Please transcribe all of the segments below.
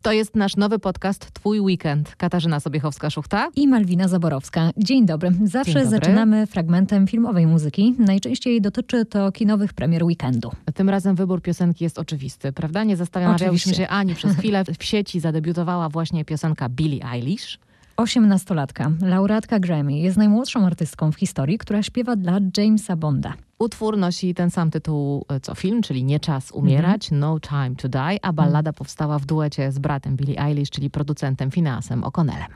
To jest nasz nowy podcast Twój Weekend. Katarzyna Sobiechowska-Szuchta i Malwina Zaborowska. Dzień dobry. Zawsze zaczynamy fragmentem filmowej muzyki. Najczęściej dotyczy to kinowych premier weekendu. Tym razem wybór piosenki jest oczywisty, prawda? Nie zastanawiałyśmy się ani przez chwilę. W sieci zadebiutowała właśnie piosenka Billie Eilish. 18-latka, laureatka Grammy, jest najmłodszą artystką w historii, która śpiewa dla Jamesa Bonda. Utwór nosi ten sam tytuł co film, czyli Nie czas umierać, No Time to Die, a ballada powstała w duecie z bratem Billie Eilish, czyli producentem Phineasem O'Connellem.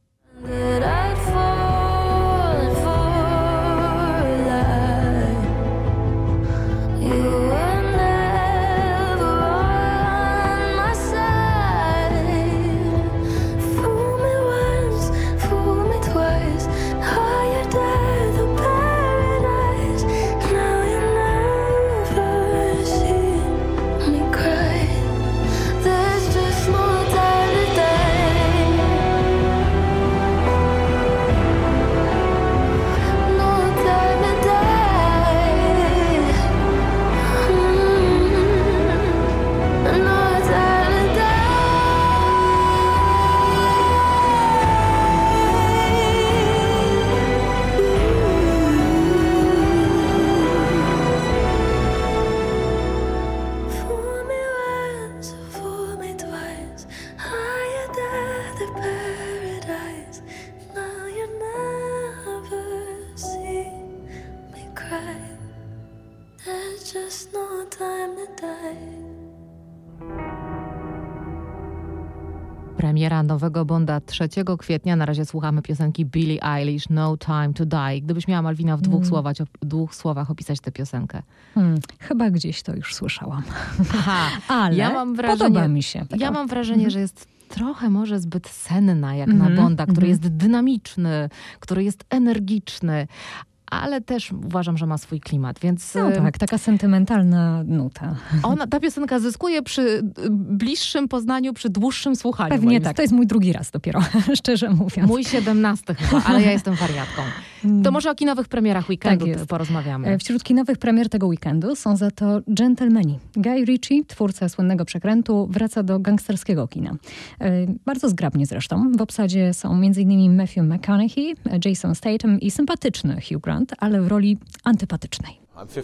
Premiera nowego Bonda 3 kwietnia. Na razie słuchamy piosenki Billie Eilish, No Time to Die. Gdybyś miała, Malwina, w dwóch słowach opisać tę piosenkę. Chyba gdzieś to już słyszałam. Aha, ale ja mam wrażenie, podoba mi się. Ja mam wrażenie, że jest trochę może zbyt senna jak na Bonda, który jest dynamiczny, który jest energiczny. Ale też uważam, że ma swój klimat, więc... No tak, taka sentymentalna nuta. Ta piosenka zyskuje przy bliższym poznaniu, przy dłuższym słuchaniu. Pewnie tak, to jest mój drugi raz dopiero, szczerze mówiąc. Mój 17 chyba, ale ja jestem wariatką. To może o kinowych premierach weekendu porozmawiamy. Wśród kinowych premier tego weekendu są za to Gentlemani. Guy Ritchie, twórca słynnego Przekrętu, wraca do gangsterskiego kina. Bardzo zgrabnie zresztą. W obsadzie są m.in. Matthew McConaughey, Jason Statham i sympatyczny Hugh Grant, ale w roli antypatycznej.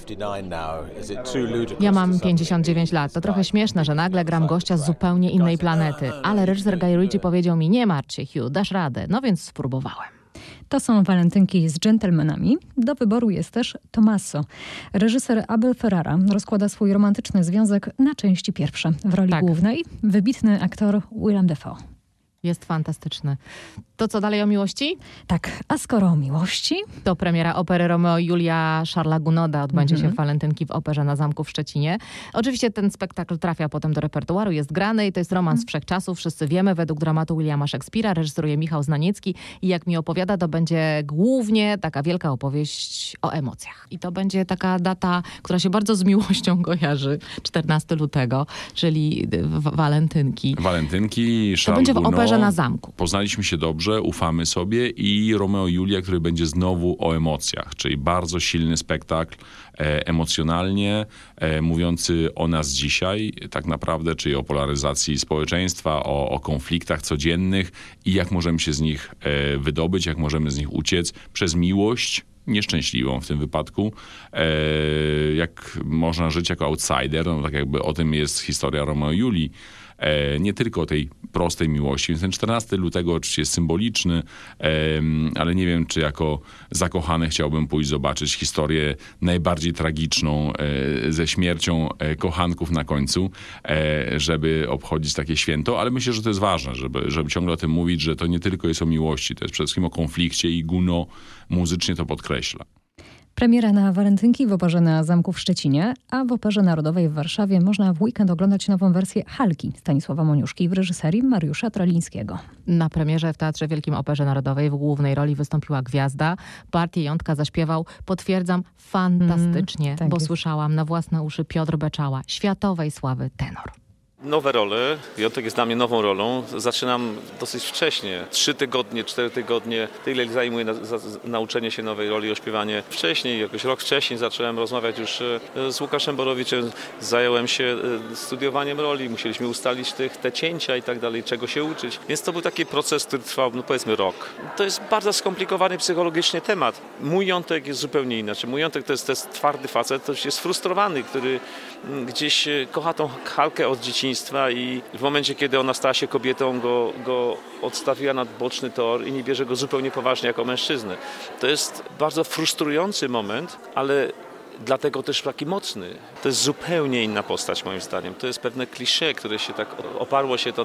Ja mam 59 lat. To trochę śmieszne, że nagle gram gościa z zupełnie innej planety. Ale reżyser Guy Ritchie powiedział mi, nie martw się, Hugh, dasz radę. No więc spróbowałem. To są walentynki z Gentlemanami. Do wyboru jest też Tommaso. Reżyser Abel Ferrara rozkłada swój romantyczny związek na części pierwsze. W roli głównej wybitny aktor Willem Dafoe. Jest fantastyczny. To co dalej o miłości? Tak, a skoro o miłości... To premiera opery Romeo i Julia Charlesa Gounoda odbędzie się w walentynki w Operze na Zamku w Szczecinie. Oczywiście ten spektakl trafia potem do repertuaru, jest grany i to jest romans wszechczasów, wszyscy wiemy, według dramatu Williama Szekspira, reżyseruje Michał Znaniecki i jak mi opowiada, to będzie głównie taka wielka opowieść o emocjach. I to będzie taka data, która się bardzo z miłością kojarzy, 14 lutego, czyli walentynki. Walentynki, to będzie w Operze na Zamku. Poznaliśmy się dobrze, ufamy sobie i Romeo i Julia, który będzie znowu o emocjach, czyli bardzo silny spektakl emocjonalnie, mówiący o nas dzisiaj tak naprawdę, czyli o polaryzacji społeczeństwa, o konfliktach codziennych i jak możemy się z nich wydobyć, jak możemy z nich uciec przez miłość, nieszczęśliwą w tym wypadku, jak można żyć jako outsider, no tak jakby o tym jest historia Romeo i Julii. Nie tylko o tej prostej miłości. Więc ten 14 lutego oczywiście jest symboliczny, ale nie wiem, czy jako zakochany chciałbym pójść zobaczyć historię najbardziej tragiczną ze śmiercią kochanków na końcu, żeby obchodzić takie święto, ale myślę, że to jest ważne, żeby ciągle o tym mówić, że to nie tylko jest o miłości, to jest przede wszystkim o konflikcie i Gounod muzycznie to podkreśla. Premiera na walentynki w Operze na Zamku w Szczecinie, a w Operze Narodowej w Warszawie można w weekend oglądać nową wersję Halki Stanisława Moniuszki w reżyserii Mariusza Tralińskiego. Na premierze w Teatrze Wielkim Operze Narodowej w głównej roli wystąpiła gwiazda. Partię Jątka zaśpiewał, potwierdzam, fantastycznie, bo słyszałam na własne uszy Piotr Beczała, światowej sławy tenor. Nowe role. Wyjątek jest dla mnie nową rolą. Zaczynam dosyć wcześnie. 3 tygodnie, 4 tygodnie. Tyle zajmuje nauczenie się nowej roli, ośpiewanie. Wcześniej, jakoś rok wcześniej zacząłem rozmawiać już z Łukaszem Borowiczem. Zająłem się studiowaniem roli. Musieliśmy ustalić te cięcia i tak dalej, czego się uczyć. Więc to był taki proces, który trwał, powiedzmy rok. To jest bardzo skomplikowany psychologicznie temat. Mój Jątek jest zupełnie inaczej. Mój Jątek to jest twardy facet, to jest frustrowany, który gdzieś kocha tą Halkę od dzieciństwa i w momencie, kiedy ona stała się kobietą, go odstawiła na boczny tor i nie bierze go zupełnie poważnie jako mężczyznę. To jest bardzo frustrujący moment, ale dlatego też taki mocny. To jest zupełnie inna postać moim zdaniem. To jest pewne klisze, które się tak oparło się to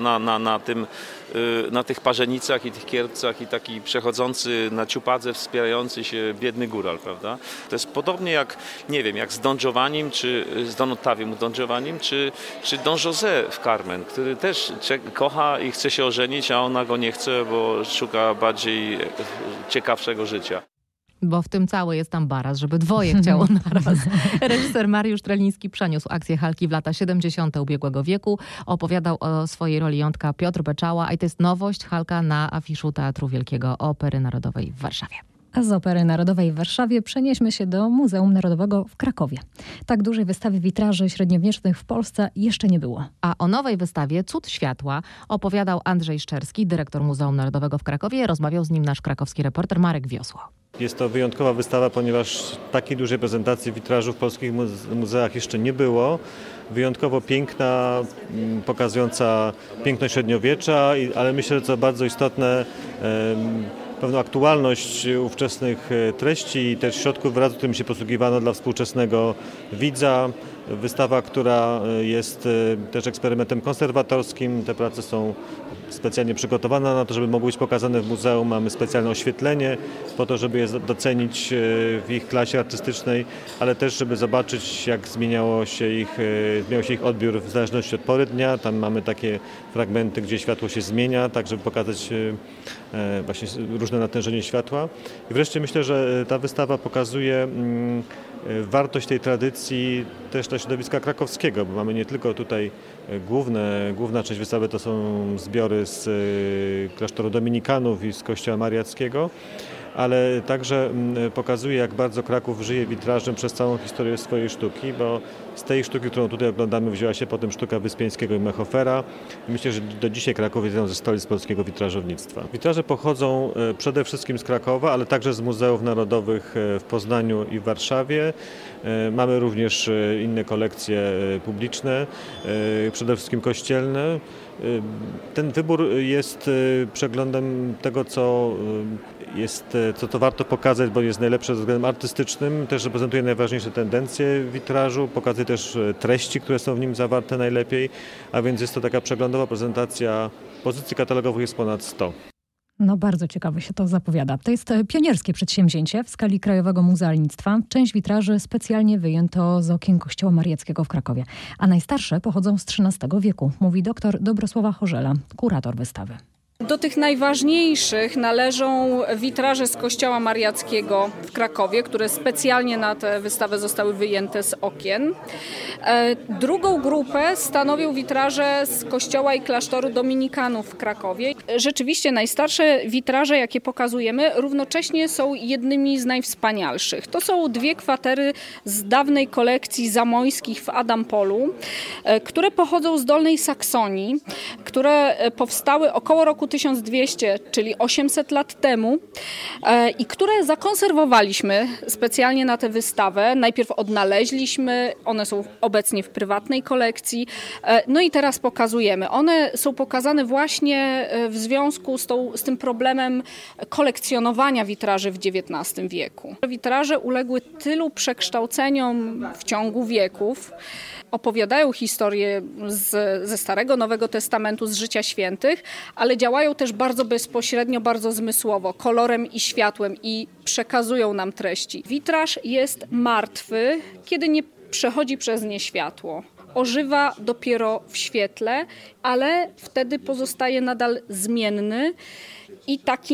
na tych parzenicach i tych kierpcach i taki przechodzący na ciupadze, wspierający się biedny góral, prawda? To jest podobnie jak, nie wiem, jak z Don Giovannim, czy z Don Ottaviem Don Giovannim, czy Don José w Carmen, który też kocha i chce się ożenić, a ona go nie chce, bo szuka bardziej ciekawszego życia. Bo w tym cały jest tam baraz, żeby dwoje chciało naraz. Reżyser Mariusz Treliński przeniósł akcję Halki w lata 70. ubiegłego wieku. Opowiadał o swojej roli Jątka Piotr Beczała, a to jest nowość, Halka na afiszu Teatru Wielkiego Opery Narodowej w Warszawie. A z Opery Narodowej w Warszawie przenieśmy się do Muzeum Narodowego w Krakowie. Tak dużej wystawy witraży średniowiecznych w Polsce jeszcze nie było. A o nowej wystawie Cud Światła opowiadał Andrzej Szczerski, dyrektor Muzeum Narodowego w Krakowie. Rozmawiał z nim nasz krakowski reporter Marek Wiosło. Jest to wyjątkowa wystawa, ponieważ takiej dużej prezentacji witrażu w polskich muzeach jeszcze nie było. Wyjątkowo piękna, pokazująca piękność średniowiecza, ale myślę, że co bardzo istotne, pewną aktualność ówczesnych treści i też środków wyrazu, którymi się posługiwano dla współczesnego widza. Wystawa, która jest też eksperymentem konserwatorskim. Te prace są specjalnie przygotowane na to, żeby mogły być pokazane w muzeum. Mamy specjalne oświetlenie po to, żeby je docenić w ich klasie artystycznej, ale też, żeby zobaczyć, jak zmieniał się ich odbiór w zależności od pory dnia. Tam mamy takie fragmenty, gdzie światło się zmienia, tak żeby pokazać właśnie różne natężenie światła. I wreszcie myślę, że ta wystawa pokazuje wartość tej tradycji też dla środowiska krakowskiego, bo mamy nie tylko tutaj główna część wystawy to są zbiory z klasztoru dominikanów i z kościoła mariackiego, ale także pokazuje, jak bardzo Kraków żyje witrażem przez całą historię swojej sztuki, bo z tej sztuki, którą tutaj oglądamy, wzięła się potem sztuka Wyspiańskiego i Mechofera. Myślę, że do dzisiaj Kraków jest jedną ze stolic polskiego witrażownictwa. Witraże pochodzą przede wszystkim z Krakowa, ale także z muzeów narodowych w Poznaniu i w Warszawie. Mamy również inne kolekcje publiczne, przede wszystkim kościelne. Ten wybór jest przeglądem tego, co warto pokazać, bo jest najlepsze pod względem artystycznym. Też reprezentuje najważniejsze tendencje witrażu, pokazuje też treści, które są w nim zawarte najlepiej, a więc jest to taka przeglądowa prezentacja. Pozycji katalogowych jest ponad 100. No bardzo ciekawie się to zapowiada. To jest pionierskie przedsięwzięcie w skali Krajowego Muzealnictwa. Część witraży specjalnie wyjęto z okien kościoła mariackiego w Krakowie, a najstarsze pochodzą z XIII wieku, mówi dr Dobrosława Chorzela, kurator wystawy. Do tych najważniejszych należą witraże z kościoła mariackiego w Krakowie, które specjalnie na tę wystawę zostały wyjęte z okien. Drugą grupę stanowią witraże z kościoła i klasztoru dominikanów w Krakowie. Rzeczywiście najstarsze witraże, jakie pokazujemy, równocześnie są jednymi z najwspanialszych. To są 2 kwatery z dawnej kolekcji Zamoyskich w Adampolu, które pochodzą z Dolnej Saksonii, które powstały około roku 1200, czyli 800 lat temu i które zakonserwowaliśmy specjalnie na tę wystawę. Najpierw odnaleźliśmy, one są obecnie w prywatnej kolekcji, no i teraz pokazujemy. One są pokazane właśnie w związku z tym problemem kolekcjonowania witraży w XIX wieku. Witraże uległy tylu przekształceniom w ciągu wieków, opowiadają historię ze Starego, Nowego Testamentu, z życia świętych, ale działają też bardzo bezpośrednio, bardzo zmysłowo, kolorem i światłem i przekazują nam treści. Witraż jest martwy, kiedy nie przechodzi przez nie światło. Ożywa dopiero w świetle, ale wtedy pozostaje nadal zmienny i taki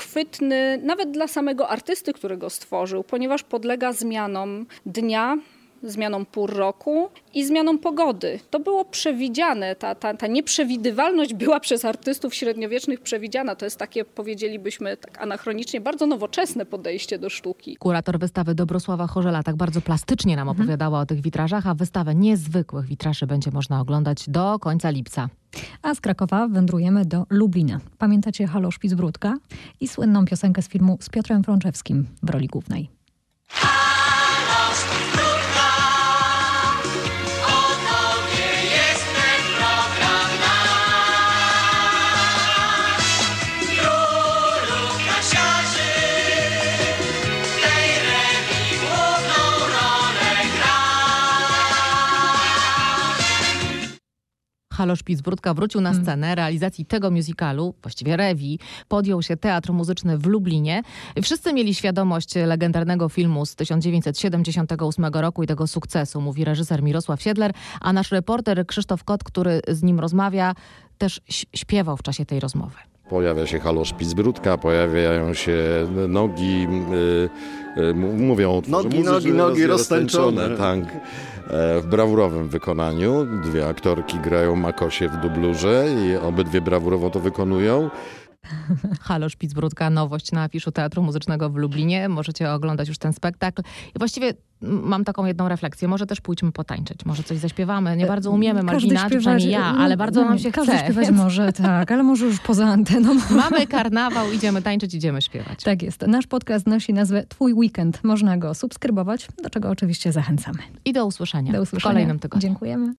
nieuchwytny nawet dla samego artysty, który go stworzył, ponieważ podlega zmianom dnia, zmianą pór roku i zmianą pogody. To było przewidziane, ta nieprzewidywalność była przez artystów średniowiecznych przewidziana. To jest takie, powiedzielibyśmy tak anachronicznie, bardzo nowoczesne podejście do sztuki. Kurator wystawy Dobrosława Chorzela tak bardzo plastycznie nam opowiadała o tych witrażach, a wystawę niezwykłych witraży będzie można oglądać do końca lipca. A z Krakowa wędrujemy do Lublina. Pamiętacie Halo Szpicbródka i słynną piosenkę z filmu z Piotrem Frączewskim w roli głównej. Halo Szpicbródka wrócił na scenę. Realizacji tego musicalu, właściwie rewii, podjął się Teatr Muzyczny w Lublinie. Wszyscy mieli świadomość legendarnego filmu z 1978 roku i tego sukcesu, mówi reżyser Mirosław Siedler, a nasz reporter Krzysztof Kot, który z nim rozmawia, też śpiewał w czasie tej rozmowy. Pojawia się Halo Szpicbródka, pojawiają się nogi, mówią nogi roztańczone. Tak, w brawurowym wykonaniu. Dwie aktorki grają Makosie w dublurze i obydwie brawurowo to wykonują. Halo Szpicbródka, nowość na afiszu Teatru Muzycznego w Lublinie. Możecie oglądać już ten spektakl. I właściwie mam taką jedną refleksję. Może też pójdźmy potańczyć. Może coś zaśpiewamy. Nie bardzo umiemy, Malwina, przynajmniej ja, ale bardzo nam się każdy chce. Śpiewać może, tak, ale może już poza anteną. Mamy karnawał, idziemy tańczyć, idziemy śpiewać. Tak jest. Nasz podcast nosi nazwę Twój Weekend. Można go subskrybować, do czego oczywiście zachęcamy. I do usłyszenia. Do usłyszenia. W kolejnym tygodniu. Dziękujemy.